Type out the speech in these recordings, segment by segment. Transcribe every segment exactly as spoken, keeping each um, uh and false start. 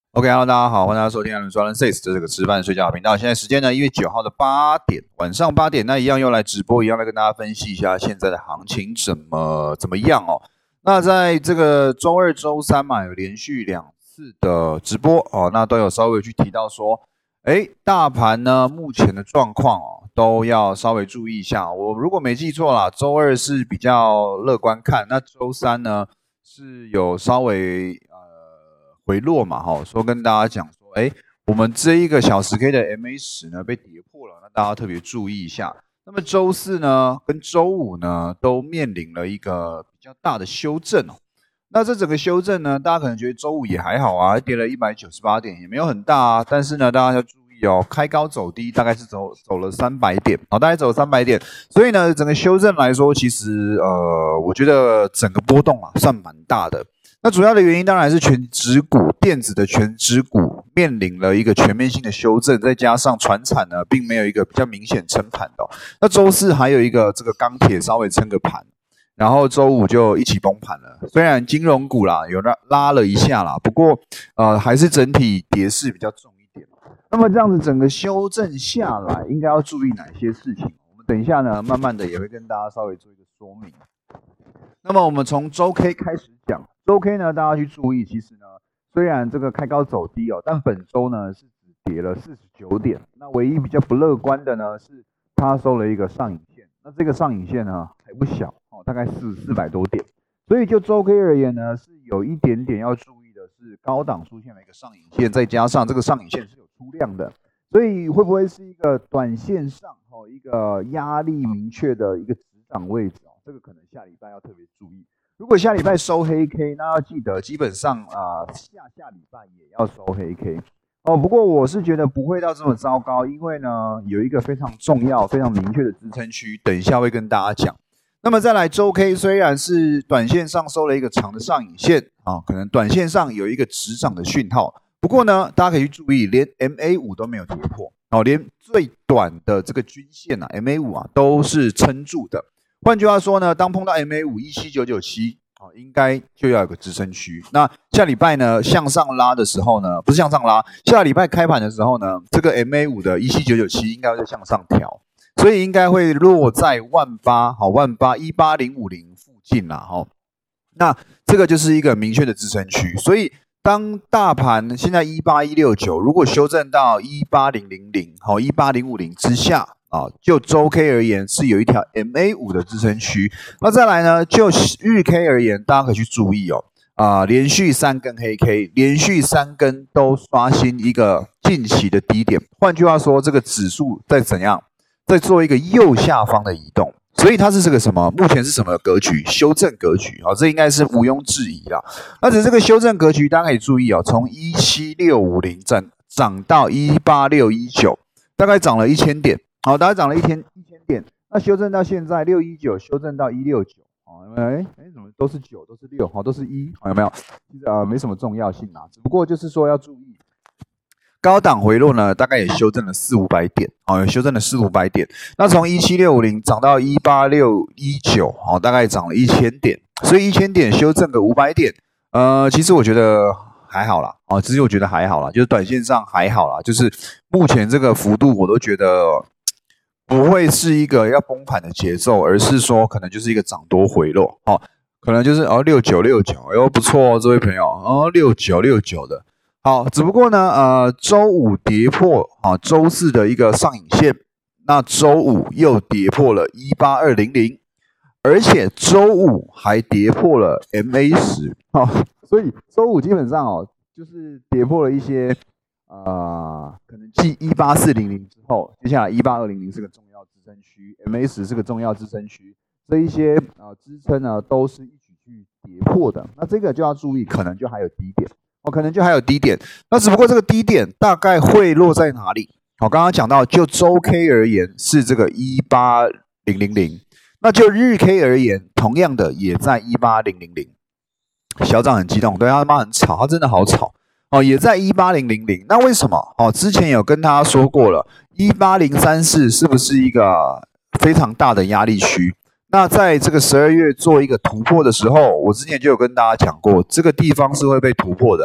OK，Hello，、大家好，欢迎大家收听艾伦说人 Says， 这是个吃饭睡觉的频道。现在时间呢，一月九号的八点，晚上八点，那一样又来直播，一样来跟大家分析一下现在的行情怎么怎么样哦。那在这个周二、周三嘛，有连续两次的直播哦，那都有稍微去提到说，哎，大盘呢目前的状况哦，都要稍微注意一下。我如果没记错啦，周二是比较乐观看，那周三呢是有稍微回落嘛，哈，说跟大家讲说，哎，我们这一个小时 K 的 M A 十呢被跌破了，那大家特别注意一下。那么周四呢跟周五呢都面临了一个比较大的修正哦。那这整个修正呢，大家可能觉得周五也还好啊，跌了一百九十八点，也没有很大啊。但是呢，大家要注意哦，开高走低，大概是走走了三百点，好，大概走了三百点。所以呢，整个修正来说，其实呃，我觉得整个波动啊算蛮大的。那主要的原因当然是全指股电子的全指股面临了一个全面性的修正，再加上传产呢并没有一个比较明显撑盘的、哦。那周四还有一个这个钢铁稍微撑个盘，然后周五就一起崩盘了。虽然金融股啦有拉拉了一下啦，不过呃还是整体跌势比较重一点。那么这样子整个修正下来，应该要注意哪些事情？我们等一下呢，慢慢的也会跟大家稍微做一个说明。那么我们从周 K 开始讲，周 K 呢，大家去注意，其实呢，虽然这个开高走低哦，但本周呢是只跌了四十九点。那唯一比较不乐观的呢，是它收了一个上影线。那这个上影线呢还不小哦，大概是四百多点。所以就周 K 而言呢，是有一点点要注意的是，高档出现了一个上影线，再加上这个上影线是有出量的，所以会不会是一个短线上哦一个压力明确的一个止涨位置？这个可能下礼拜要特别注意。如果下礼拜收黑 K， 那要记得基本上啊、呃，下下礼拜也要收黑 K 哦。不过我是觉得不会到这么糟糕，因为呢有一个非常重要、非常明确的支撑区，等一下会跟大家讲。那么再来周 K， 虽然是短线上收了一个长的上影线啊、哦，可能短线上有一个止涨的讯号。不过呢，大家可以去注意，连 M A 五 都没有跌破哦，连最短的这个均线啊 ，M A 五 啊都是撑住的。换句话说呢，当碰到 M A 五 一七九九七哦，应该就要有个支撑区。那下礼拜呢向上拉的时候呢，不是向上拉，下礼拜开盘的时候呢，这个 M A 五 的一七九九七应该会向上调，所以应该会落在万八，好，万八一八零五零附近啦，哈、哦。那这个就是一个明确的支撑区，所以当大盘现在一八一六九，如果修正到一八零零零，好，一八零五零之下。啊，就周 K 而言是有一条 M A 五 的支撑区，那再来呢，就日 K 而言，大家可以去注意哦，啊、呃，连续三根黑 K， 连续三根都刷新一个近期的低点，换句话说，这个指数在怎样，在做一个右下方的移动，所以它是这个什么？目前是什么格局？修正格局啊、哦，这应该是毋庸置疑啦。而且这个修正格局，大家可以注意哦，从一七六五零涨涨到一八六一九，大概涨了一千点。好，大概涨了一千一千点，那修正到现在六一九，修正到一六九，好，有没有？哎哎，怎么都是九，都是六，好，都是一，好，有没有？其实啊、呃，没什么重要性啦，只不过就是说要注意，高档回落呢，大概也修正了四五百点，好，也修正了四五百点。那从一七六五零涨到一八六一九，好，大概涨了一千点，所以一千点修正个五百点，呃，其实我觉得还好啦，哦，其实我觉得还好啦，就是短线上还好啦，就是目前这个幅度我都觉得。不会是一个要崩盘的节奏，而是说可能就是一个涨多回落，哦，可能就是哦六九六九，哎呦不错哦，这位朋友哦六九六九的，好，只不过呢呃周五跌破啊周四的一个上影线，那周五又跌破了一八二零零，而且周五还跌破了 M A 十，哦，所以周五基本上哦就是跌破了一些。呃，可能继一八四零零之后，接下来一八二零零是个重要支撑区 ，M A 十 是个重要支撑区，这一些呃支撑呢都是一起去跌破的。那这个就要注意，可能就还有低点，哦，可能就还有低点。那只不过这个低点大概会落在哪里？我、哦、刚刚讲到，就周 K 而言是这个一八零零零，那就日 K 而言，同样的也在一八零零零。小长很激动，对他妈很吵，他真的好吵。哦，也在一八零零零，那为什么？哦，之前有跟大家说过了，一八零三四是不是一个非常大的压力区？那在这个十二月做一个突破的时候，我之前就有跟大家讲过，这个地方是会被突破的。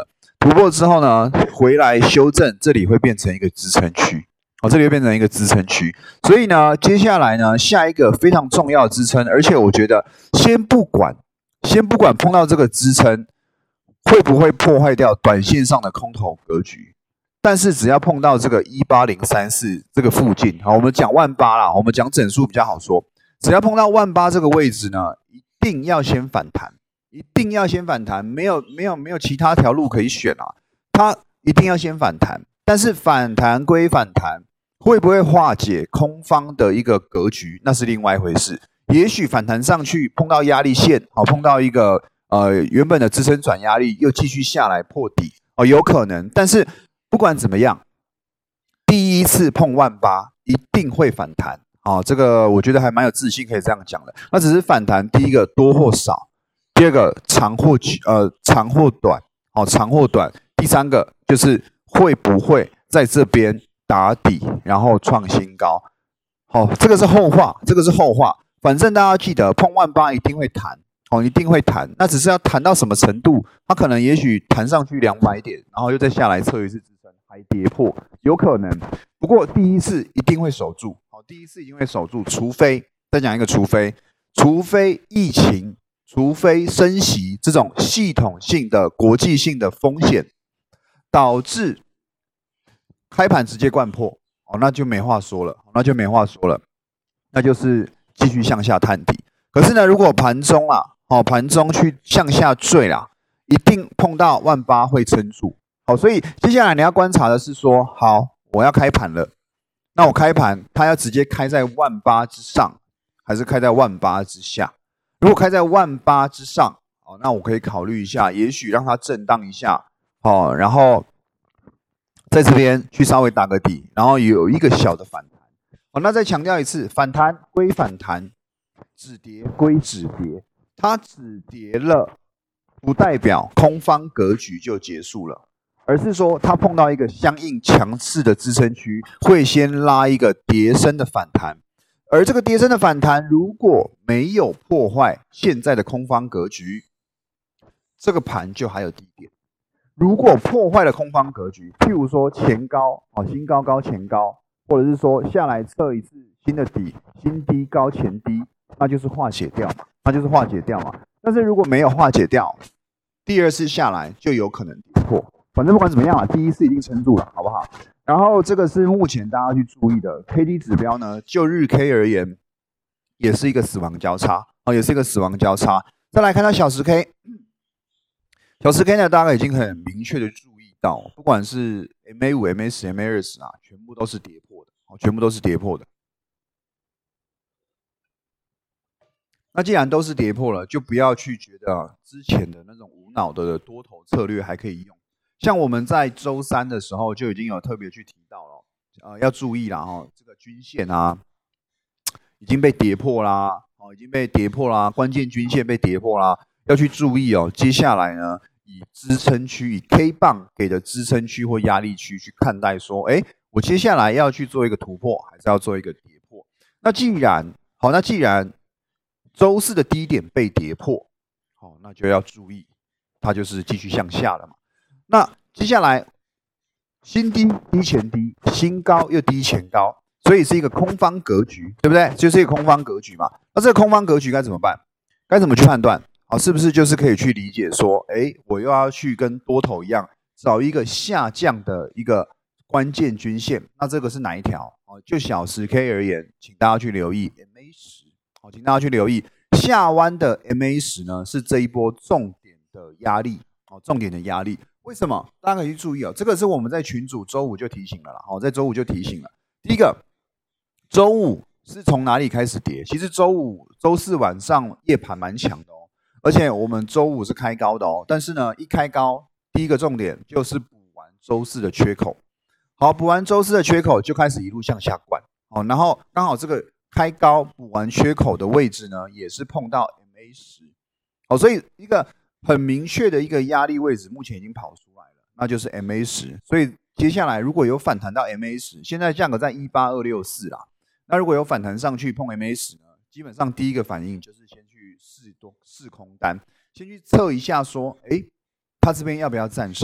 突破之后呢，回来修正，这里会变成一个支撑区，哦，这里会变成一个支撑区。所以呢，接下来呢，下一个非常重要的支撑，而且我觉得先不管，先不管碰到这个支撑会不会破坏掉短线上的空头格局，但是只要碰到这个一八零三四这个附近，好，我们讲万八啦，我们讲整数比较好说，只要碰到万八这个位置呢，一定要先反弹。一定要先反弹，没有没有没有其他条路可以选啊！它一定要先反弹，但是反弹归反弹，会不会化解空方的一个格局，那是另外一回事。也许反弹上去碰到压力线，好，碰到一个呃原本的支撑转压力，又继续下来破底，哦，有可能。但是不管怎么样，第一次碰万八一定会反弹，哦，这个我觉得还蛮有自信可以这样讲的。那只是反弹，第一个多或少。第二个长或呃长或短，哦长或短。第三个就是会不会在这边打底，然后创新高。好，这个是后话，这个是后话。反正大家记得碰万八一定会弹，哦一定会弹。那只是要弹到什么程度？它可能也许弹上去两百点，然后又再下来测一次支撑，还跌破，有可能。不过第一次一定会守住，好，第一次一定会守住，除非再讲一个除非，除非疫情。除非升息这种系统性的国际性的风险导致开盘直接灌破，哦，那就没话说了，那就没话说了，那就是继续向下探底。可是呢，如果盘中啊，哦，盘中去向下坠啦，一定碰到万八会撑住。好，所以接下来你要观察的是说，好，我要开盘了，那我开盘它要直接开在万八之上，还是开在万八之下？如果开在万八之上，哦，那我可以考虑一下，也许让它震荡一下，哦，然后在这边去稍微打个底，然后有一个小的反弹。哦，那再强调一次，反弹归反弹，止跌归止跌，它止跌了，不代表空方格局就结束了，而是说它碰到一个相应强势的支撑区，会先拉一个跌升的反弹。而这个跌升的反弹，如果没有破坏现在的空方格局，这个盘就还有低点。如果破坏了空方格局，譬如说前高，哦，新高高前高，或者是说下来测一次新的底，新低高前低，那就是化解掉嘛，那就是化解掉嘛。但是如果没有化解掉，第二次下来就有可能跌破。反正不管怎么样啊，第一次一定撑住了，好不好？然后这个是目前大家去注意的 K D 指标呢，就日 K 而言，也是一个死亡交叉哦，也是一个死亡交叉。再来看到小时 K， 小时 K 呢，大家已经很明确的注意到，不管是 M A 五、M A 十、M A 二十啊，全部都是跌破的，哦，全部都是跌破的。那既然都是跌破了，就不要去觉得啊，之前的那种无脑的多头策略还可以用。像我们在周三的时候就已经有特别去提到了，呃，要注意啦哈，这个均线啊已经被跌破啦，哦，已经被跌破啦，关键均线被跌破啦，要去注意哦。接下来呢，以支撑区，以 K 棒给的支撑区或压力区去看待，说，哎，我接下来要去做一个突破，还是要做一个跌破？那既然好，那既然周四的低点被跌破，好，那就要注意，它就是继续向下了嘛。那接下来新低低前低，新高又低前高，所以是一个空方格局，对不对？就是一个空方格局嘛。那这个空方格局该怎么办？该怎么去判断？好，是不是就是可以去理解说，哎，我又要去跟多头一样，找一个下降的一个关键均线？那这个是哪一条？哦，就小时 K 而言，请大家去留意 M A 十，好，请大家去留意下弯的 M A 十呢，是这一波重点的压力，哦，重点的压力。为什么？大家可以去注意哦，这个是我们在群组周五就提醒了啦。好，在周五就提醒了。第一个，周五是从哪里开始跌？其实周五、周四晚上夜盘蛮强的哦，而且我们周五是开高的哦。但是呢，一开高，第一个重点就是补完周四的缺口。好，补完周四的缺口就开始一路向下灌。好，然后刚好这个开高补完缺口的位置呢，也是碰到 M A 十。好，所以一个很明确的一个压力位置，目前已经跑出来了，那就是 M A 十。所以接下来如果有反弹到 M A 十，现在价格在一八二六四啦。那如果有反弹上去碰 M A 十呢，基本上第一个反应就是先去试多试空单，先去测一下说，哎，它这边要不要站上？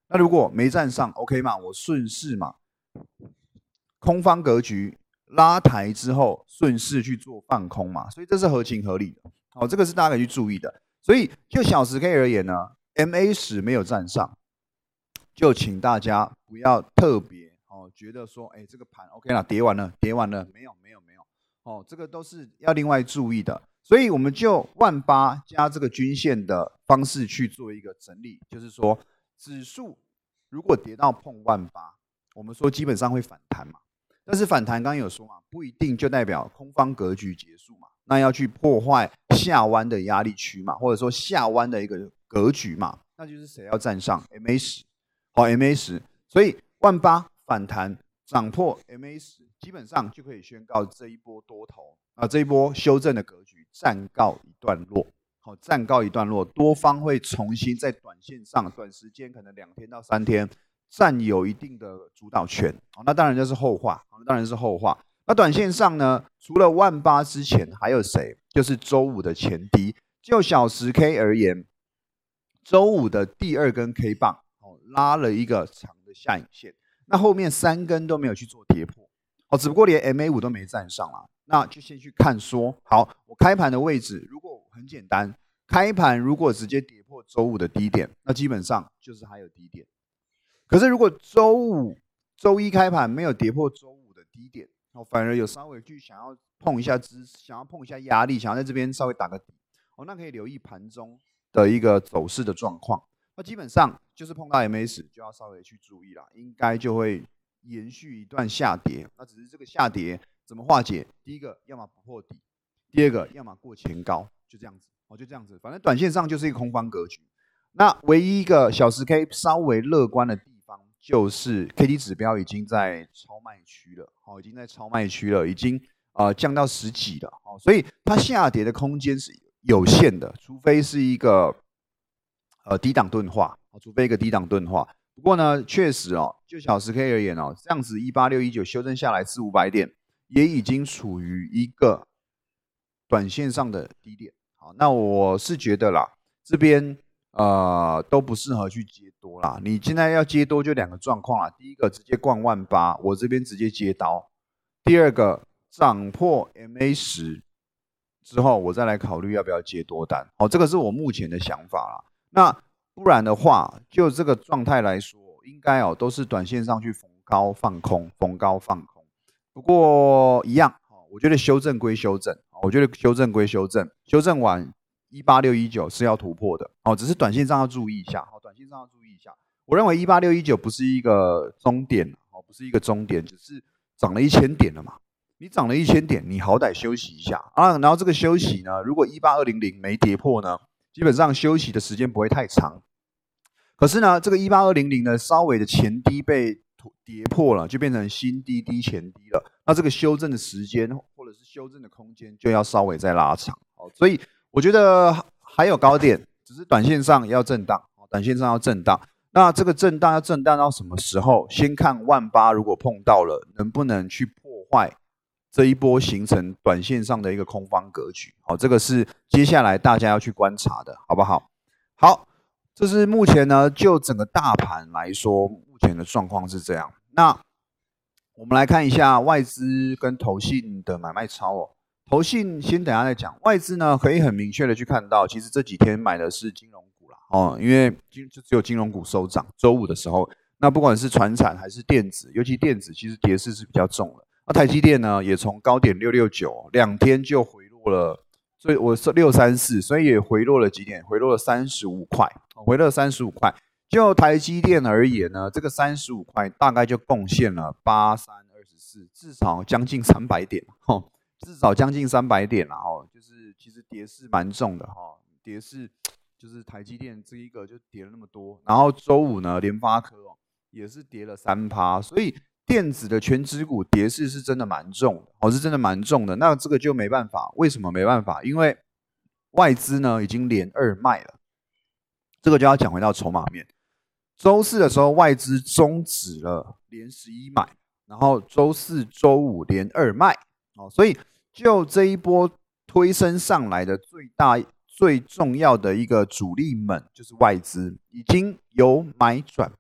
那如果没站上 ，OK 嘛，我顺势嘛，空方格局拉抬之后，顺势去做放空嘛，所以这是合情合理的。好，这个是大家可以去注意的。所以就小时 K 而言呢 ，M A 十没有站上，就请大家不要特别哦，觉得说，哎，这个盘 OK 啦，跌完了，跌完了，没有，没有，没有，哦，这个都是要另外注意的。所以我们就万八加这个均线的方式去做一个整理，就是说，指数如果跌到碰万八，我们说基本上会反弹嘛。但是反弹刚刚有说嘛，不一定就代表空方格局结束嘛，那要去破坏下弯的压力区嘛，或者说下弯的一个格局嘛，那就是谁要站上 M A 十，好 M A 十，所以万八反弹涨破 M A 十，基本上就可以宣告这一波多头啊，这一波修正的格局暂告一段落，好，暂告一段落，多方会重新在短线上，短时间可能两天到三天。占有一定的主导权，那当然就是后话，当然是后话。那短线上呢，除了万八之前，还有谁？就是周五的前低。就小时 K 而言，周五的第二根 K 棒拉了一个长的下影线，那后面三根都没有去做跌破，只不过连 M A 五都没站上啦。那就先去看说，好，我开盘的位置如果很简单，开盘如果直接跌破周五的低点，那基本上就是还有低点。可是，如果周五、周一开盘没有跌破周五的低点，哦，反而有稍微去想要碰一下支，想要碰一下压力，想要在这边稍微打个底，哦，那可以留意盘中的一个走势的状况。那基本上就是碰到 M A 十就要稍微去注意啦，应该就会延续一段下跌。那只是这个下跌怎么化解？第一个，要么不破底；第二个，要么过前高，就这样子，哦，就这样子。反正短线上就是一个空方格局。那唯一一个小时 K 稍微乐观的地方。就是 K D 指标已经在超卖区了，哦，已经在超卖区了，已经呃降到十几了，哦，所以它下跌的空间是有限的，除非是一个呃低档钝化，除非一个低档钝化。不过呢，确实哦，就小时 K 而言哦，这样子一八六一九修正下来四五百点，也已经处于一个短线上的低点。好，那我是觉得啦，这边。呃，都不适合去接多啦。你现在要接多就两个状况啦。第一个直接逛万八，我这边直接接刀；第二个涨破 M A 十之后，我再来考虑要不要接多单。哦，这个是我目前的想法啦。那不然的话，就这个状态来说，应该哦都是短线上去逢高放空，逢高放空。不过一样，我觉得修正归修正，我觉得修正归修正，修正完。一八六一九是要突破的，哦，只是短线上要注意一下，哦，短线上要注意一下。我认为一八六一九不是一个终点，哦，不是一个终点，只是涨了一千点了嘛。你涨了一千点，你好歹休息一下啊。然后这个休息呢，如果一八二零零没跌破呢，基本上休息的时间不会太长。可是呢，这个一八二零零呢，稍微的前低被跌破了，就变成新低低前低了。那这个修正的时间或者是修正的空间就要稍微再拉长，哦，所以。我觉得还有高点，只是短线上要震荡，短线上要震荡。那这个震荡要震荡到什么时候？先看万八，如果碰到了，能不能去破坏这一波形成短线上的一个空方格局？好，这个是接下来大家要去观察的，好不好？好，这是目前呢，就整个大盘来说，目前的状况是这样。那我们来看一下外资跟投信的买卖超哦。投信先等一下再讲，外资呢可以很明确的去看到，其实这几天买的是金融股啦，哦，因为金就只有金融股收涨，周五的时候，那不管是传产还是电子，尤其电子其实跌势是比较重的。那台积电呢也从高点六六九，两天就回落了，所以我是六三四，所以也回落了几点，回落了三十五块，回落了三十五块。就台积电而言呢，这个三十五块大概就贡献了八三二十四，至少将近三百点，哦。至少将近三百点啦，哦，就是其实跌势蛮重的哈，跌势就是台积电这一个就跌了那么多，然后周五呢，联发科哦也是跌了三趴，所以电子的全指股跌势是真的蛮重的，哦，是真的蛮重的。那这个就没办法，为什么没办法？因为外资呢已经连二卖了，这个就要讲回到筹码面。周四的时候，外资终止了连十一买，然后周四、周五连二卖，哦，所以。就这一波推升上来的最大、最重要的一个主力们，就是外资，已经由买转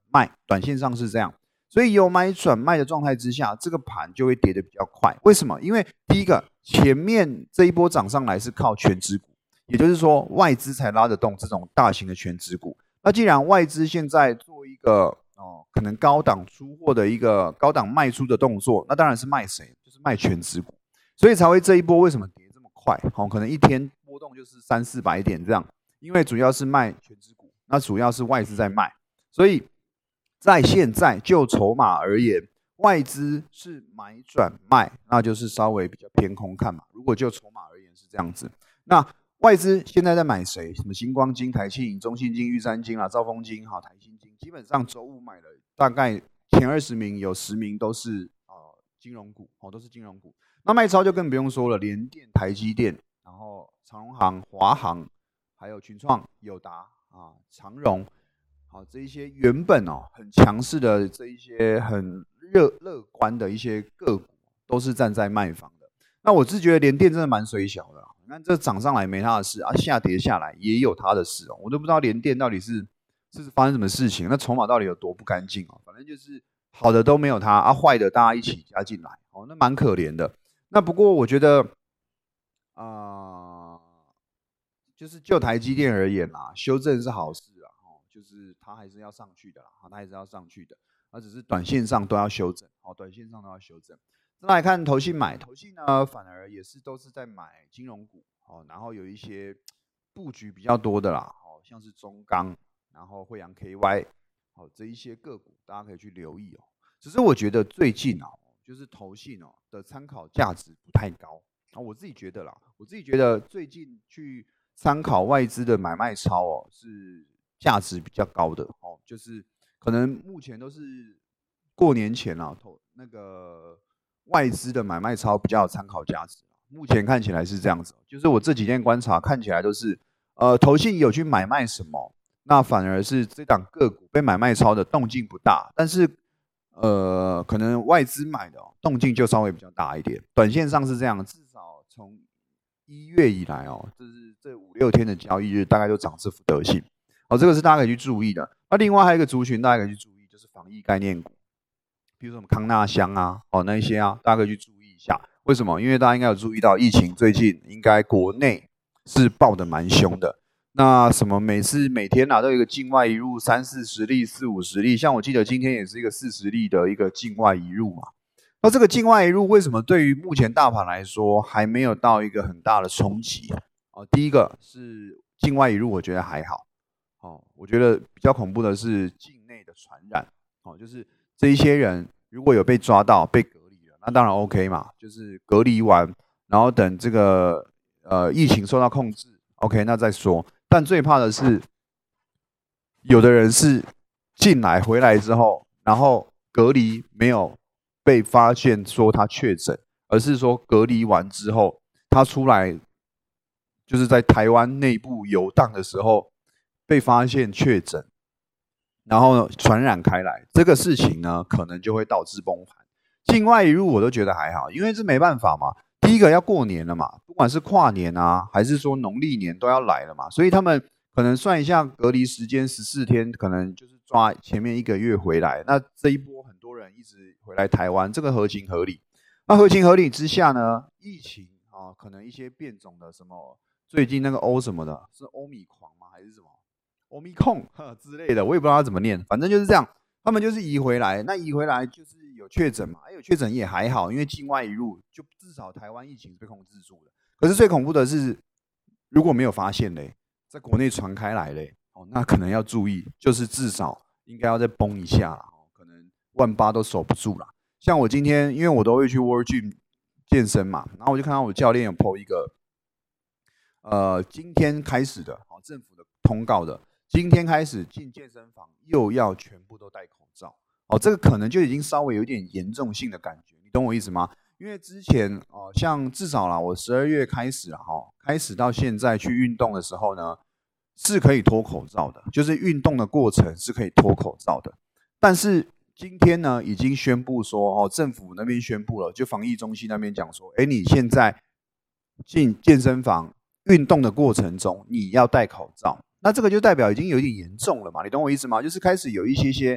卖，短线上是这样。所以有买转卖的状态之下，这个盘就会跌得比较快。为什么？因为第一个，前面这一波涨上来是靠全指股，也就是说外资才拉得动这种大型的全指股。那既然外资现在做一个哦，可能高档出货的一个高档卖出的动作，那当然是卖谁？就是卖全指股，所以才会这一波为什么跌这么快？哦，可能一天波动就是三四百点这样，因为主要是卖全指股，那主要是外资在卖，所以。在现在就筹码而言，外资是买转卖，那就是稍微比较偏空看嘛。如果就筹码而言是这样子，那外资现在在买谁？什么星光金、台气银、中信金、玉山金啦、兆丰金、好台新金，基本上周五买了大概前二十名有十名都是呃金融股，哦都是金融股。那卖超就更不用说了，联电、台积电，然后长荣航、华航，还有群创、友达啊、长荣。好，这一些原本哦很强势的这一些很热乐观的一些个股，都是站在卖方的。那我是觉得联电真的蛮水小的，你看这涨上来没他的事啊，下跌下来也有他的事哦。我都不知道联电到底是是发生什么事情，那筹码到底有多不干净哦。反正就是好的都没有他啊，坏的大家一起加进来哦，那蛮可怜的。那不过我觉得啊、呃，就是就台积电而言啦，修正是好事。就是它还是要上去的啦，它还是要上去的，它只是短线上都要修正，好，短线上都要修正。再来看投信买，投信呢反而也是都是在买金融股，哦，然后有一些布局比较多的啦，哦，像是中钢，然后惠阳 K Y， 好，这一些个股大家可以去留意哦。只是我觉得最近哦，就是投信哦的参考价值不太高啊，我自己觉得啦，我自己觉得最近去参考外资的买卖超哦是。价值比较高的哦，就是可能目前都是过年前啊，投那个外资的买卖超比较有参考价值。目前看起来是这样子，就是我这几天观察看起来都是，呃，投信有去买卖什么，那反而是这档个股被买卖超的动静不大，但是呃，可能外资买的、哦、动静就稍微比较大一点。短线上是这样，至少从一月以来哦，就是这五六天的交易日，大概都涨这副德性。哦，这个是大家可以去注意的。那另外还有一个族群，大家可以去注意，就是防疫概念股，比如说什么康纳香啊，哦那一些啊，大家可以去注意一下。为什么？因为大家应该有注意到，疫情最近应该国内是爆的蛮凶的。那什么每次每天啊都有一个境外移入三四十例、四五十例，像我记得今天也是一个四十例的一个境外移入嘛。那这个境外移入为什么对于目前大盘来说还没有到一个很大的冲击？哦，第一个是境外移入，我觉得还好。哦，我觉得比较恐怖的是境内的传染，哦，就是这一些人如果有被抓到被隔离了，那当然 OK 嘛，就是隔离完，然后等这个呃疫情受到控制 ，OK， 那再说。但最怕的是，有的人是进来回来之后，然后隔离没有被发现说他确诊，而是说隔离完之后，他出来就是在台湾内部游荡的时候。被发现确诊，然后传染开来，这个事情呢，可能就会导致崩盘。境外移入我都觉得还好，因为这没办法嘛。第一个要过年了嘛，不管是跨年啊，还是说农历年都要来了嘛，所以他们可能算一下隔离时间十四天，可能就是抓前面一个月回来。那这一波很多人一直回来台湾，这个合情合理。那合情合理之下呢，疫情啊，可能一些变种的什么，最近那个欧什么的，是欧米狂吗？还是什么？欧米控之类的，我也不知道他怎么念，反正就是这样。他们就是移回来，那移回来就是有确诊嘛，有确诊也还好，因为境外移入，就至少台湾疫情是被控制住的。可是最恐怖的是，如果没有发现嘞，在国内传开来嘞，哦，那可能要注意，就是至少应该要再崩一下，哦，可能万八都守不住啦。像我今天，因为我都会去 World Gym 健身嘛，然后我就看到我教练有 po 一个，呃，今天开始的，哦，政府的通告的。今天开始进健身房又要全部都戴口罩，哦，这个可能就已经稍微有点严重性的感觉，你懂我意思吗？因为之前哦，像至少啦，我十二月开始啊，哈，开始到现在去运动的时候呢，是可以脱口罩的，就是运动的过程是可以脱口罩的。但是今天呢，已经宣布说，哦，政府那边宣布了，就防疫中心那边讲说，哎，你现在进健身房运动的过程中，你要戴口罩。那这个就代表已经有点严重了嘛，你懂我意思吗？就是开始有一些些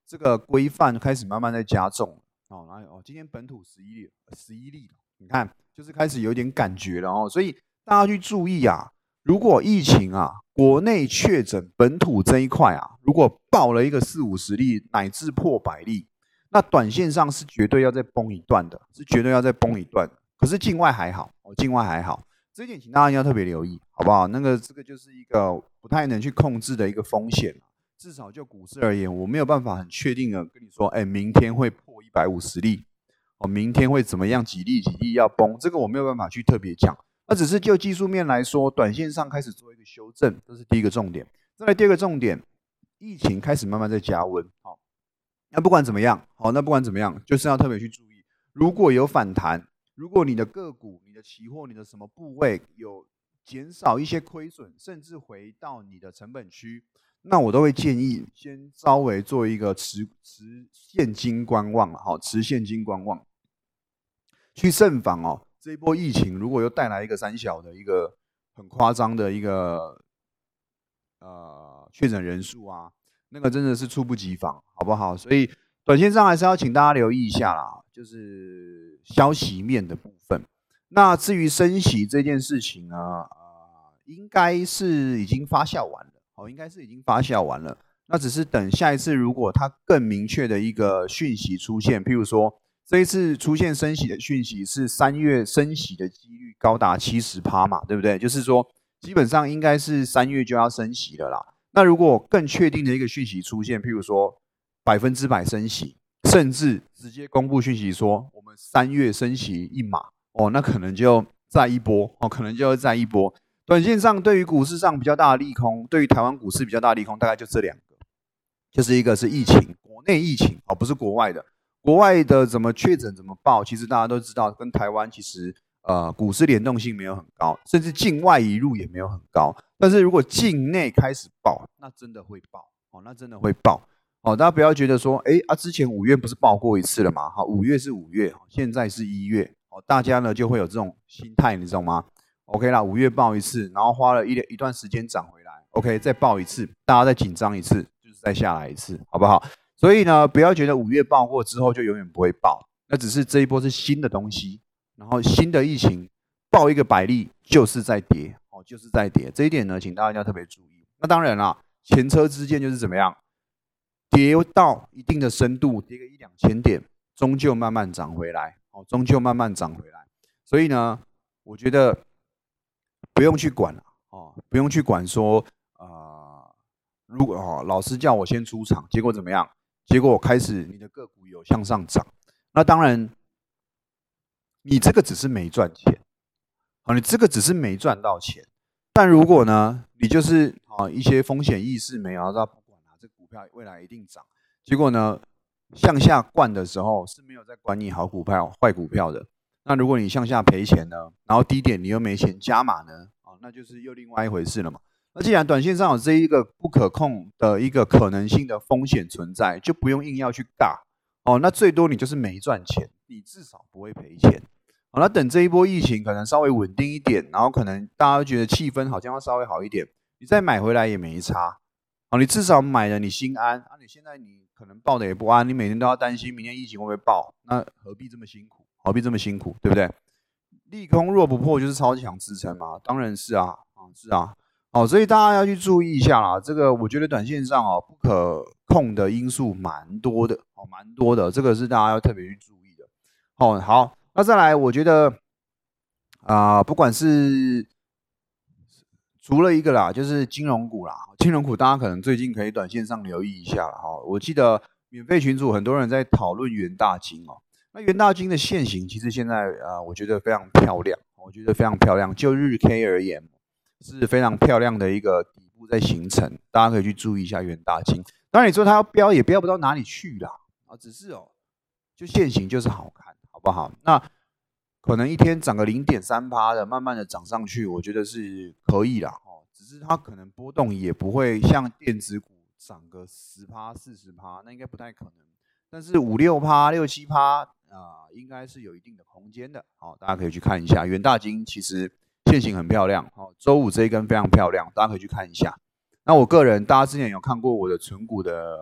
这个规范开始慢慢在加重哦。然后哦，今天本土十一例，十一例，你看就是开始有点感觉了哦。所以大家去注意啊，如果疫情啊，国内确诊本土这一块啊，如果爆了一个四五十例乃至破百例，那短线上是绝对要再崩一段的，是绝对要再崩一段的。可是境外还好哦，境外还好，这一点请大家要特别留意，好不好？那个这个就是一个不太能去控制的一个风险。至少就股市而言，我没有办法很确定的跟你说，哎，明天会破一百五十例，哦，明天会怎么样，几例几例要崩，这个我没有办法去特别讲。那只是就技术面来说，短线上开始做一个修正，这是第一个重点。再来第二个重点，疫情开始慢慢在加温，好、哦，那不管怎么样，好、哦，那不管怎么样，就是要特别去注意，如果有反弹，如果你的个股、你的期货、你的什么部位有减少一些亏损，甚至回到你的成本区。那我都会建议先稍微做一个持持现金观望，好，持现金观望，去慎防哦。这一波疫情如果又带来一个三小的一个很夸张的一个呃确诊人数啊，那个真的是猝不及防，好不好？所以短线上还是要请大家留意一下啦，就是消息面的部分。那至于升息这件事情呢，呃，应该是已经发酵完了。哦，应该是已经发酵完了，那只是等下一次，如果它更明确的一个讯息出现，譬如说这一次出现升息的讯息是三月升息的几率高达 百分之七十 嘛，对不对？就是说基本上应该是三月就要升息了啦。那如果更确定的一个讯息出现，譬如说百分之百升息，甚至直接公布讯息说我们三月升息一码，哦，那可能就再一波，哦，可能就要再一波。短线上对于股市上比较大的利空，对于台湾股市比较大的利空，大概就这两个，就是一个是疫情，国内疫情哦，不是国外的，国外的怎么确诊怎么报，其实大家都知道，跟台湾其实呃股市联动性没有很高，甚至境外移入也没有很高。但是如果境内开始爆，那真的会爆哦，那真的会爆哦。大家不要觉得说，哎啊，之前五月不是爆过一次了吗？好，五月是五月，现在是一月哦，大家呢就会有这种心态，你知道吗？OK 啦，五月报一次，然后花了一一段时间涨回来 ，OK 再报一次，大家再紧张一次，就是再下来一次，好不好？所以呢，不要觉得五月报过之后就永远不会报，那只是这一波是新的东西，然后新的疫情报一个百例就是在跌，哦，就是在跌，这一点呢，请大家要特别注意。那当然啦，前车之鉴就是怎么样，跌到一定的深度，跌个一两千点，终究慢慢涨回来，哦，终究慢慢涨回来。所以呢，我觉得。不用去管了哦，不用去管说，呃，如果哦，老师叫我先出场，结果怎么样？结果我开始你的个股有向上涨，那当然，你这个只是没赚钱，好，你这个只是没赚到钱。但如果呢，你就是啊一些风险意识没有，那不管啊，这股票未来一定涨。结果呢，向下灌的时候是没有在管你好股票、坏股票的。那如果你向下赔钱呢，然后低点你又没钱加码呢，哦，那就是又另外一回事了嘛。那既然短线上有这一个不可控的一个可能性的风险存在，就不用硬要去尬哦。那最多你就是没赚钱，你至少不会赔钱。好，那等这一波疫情可能稍微稳定一点，然后可能大家都觉得气氛好像要稍微好一点，你再买回来也没差。哦，你至少买了你心安啊。你现在你可能抱的也不安，你每天都要担心明天疫情会不会爆，那何必这么辛苦？何必这么辛苦，对不对？利空若不破，就是超强支撑嘛，当然是啊，啊是啊，哦，所以大家要去注意一下啦。这个我觉得短线上哦，不可控的因素蛮多的，哦，蛮多的，这个是大家要特别去注意的。哦，好，那再来，我觉得啊、呃，不管是除了一个啦，就是金融股啦，金融股大家可能最近可以短线上留意一下了哈。我记得免费群组很多人在讨论元大金哦。那元大金的线型其实现在啊、呃，我觉得非常漂亮，我觉得非常漂亮。就日 K 而言，是非常漂亮的一个底部在形成，大家可以去注意一下元大金。当然你说它要飙也飙不到哪里去啦，啊，只是哦，就线型就是好看，好不好？那可能一天涨个 零点三趴 的，慢慢的涨上去，我觉得是可以啦，哦，只是它可能波动也不会像电子股涨个 百分之十、四十趴，那应该不太可能。但是五六趴、六七趴啊，应该是有一定的空间的。好，大家可以去看一下元大金，其实线型很漂亮。好，周五这一根非常漂亮，大家可以去看一下。那我个人，大家之前有看过我的存股的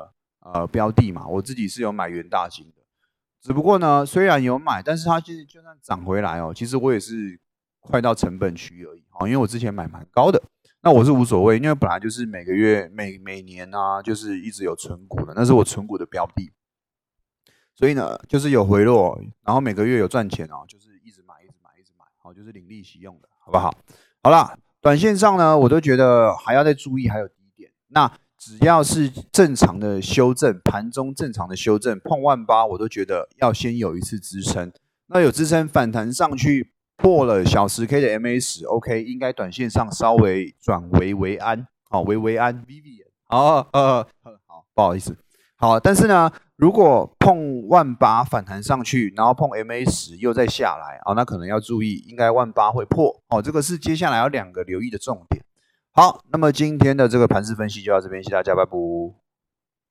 呃标的嘛，我自己是有买元大金的，只不过呢，虽然有买，但是它其实就算涨回来哦，其实我也是快到成本区而已哦，因为我之前买蛮高的，那我是无所谓，因为本来就是每个月每每年啊，就是一直有存股的，那是我存股的标的，所以呢，就是有回落，然后每个月有赚钱哦，就是一直买一直买一直买，好，就是领利息用的，好不好？好啦，短线上呢，我都觉得还要再注意，还有低点。那只要是正常的修正，盘中正常的修正，碰万八，我都觉得要先有一次支撑。那有支撑反弹上去，破了小时 K 的 M A 十 ，OK， 应该短线上稍微转危为安，好，危为安 ，Vivian， 好，呃，好，不好意思，好，但是呢，如果碰万八反弹上去，然后碰 M A 十 又再下来，哦，那可能要注意，应该万八会破，哦，这个是接下来要两个留意的重点。好，那么今天的这个盘势分析就到这边，谢谢大家，拜拜。